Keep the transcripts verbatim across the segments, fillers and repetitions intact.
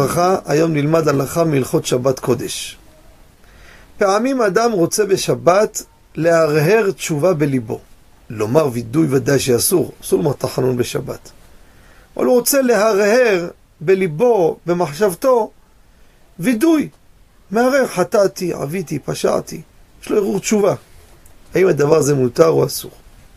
וברכה. היום נלמד הלכה מהלכות שבת קודש. פעמים אדם רוצה בשבת להרהר תשובה בליבו. לומר וידוי ודאי שאסור, אסור לומר תחנון בשבת. אבל הוא רוצה להרהר בליבו, במחשבתו, וידוי. מהרהר, חטאתי, עביתי, פשעתי. יש לו הרהור תשובה. האם הדבר הזה מותר או אסור?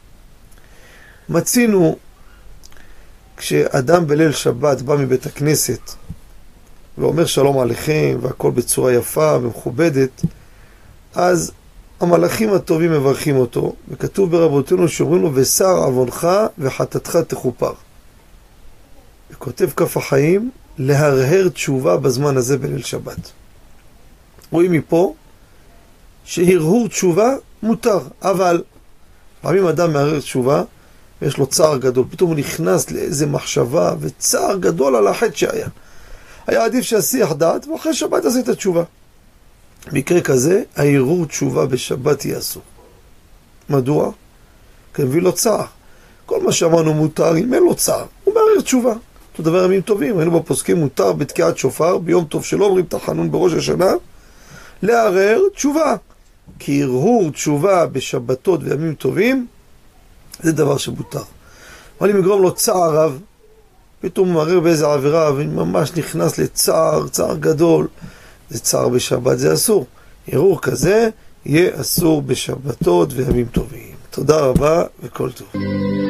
מצינו, כשאדם בליל שבת בא מבית הכנסת ואומר שלום עליכם והכל בצורה יפה ומכובדת, אז המלאכים הטובים מברכים אותו, וכתוב ברבותינו שאומרים לו ושר עוונך וחטאתך תכופר. וכותב כף החיים להרהר תשובה בזמן הזה בליל שבת. רואים מפה שהרהור תשובה מותר, אבל פעמים אדם מהרהר תשובה ויש לו צער גדול, פתאום הוא נכנס לאיזה מחשבה וצער גדול על החטא שהיה. היה עדיף שיסיח דעת ואחרי שבת עשית תשובה. במקרה כזה, ההרהור תשובה בשבת יהיה אסור. מדוע? כי מביא לו צער. כל מה שאמרנו מותר, אם אין לו צער, הוא מערער תשובה. אותו דבר ימים טובים, היינו בפוסקים מותר בתקיעת שופר, ביום טוב שלא אומרים תחנון בראש השנה, לערער תשובה. כי הרהור תשובה בשבתות וימים טובים, זה דבר שמותר. אבל אם יגרום לו צער רב, פתאום הוא מערער באיזה עבירה, וממש נכנס לצער, צער גדול, זה צער בשבת, זה אסור. הרהור כזה יהיה אסור בשבתות וימים טובים. תודה רבה וכל טוב.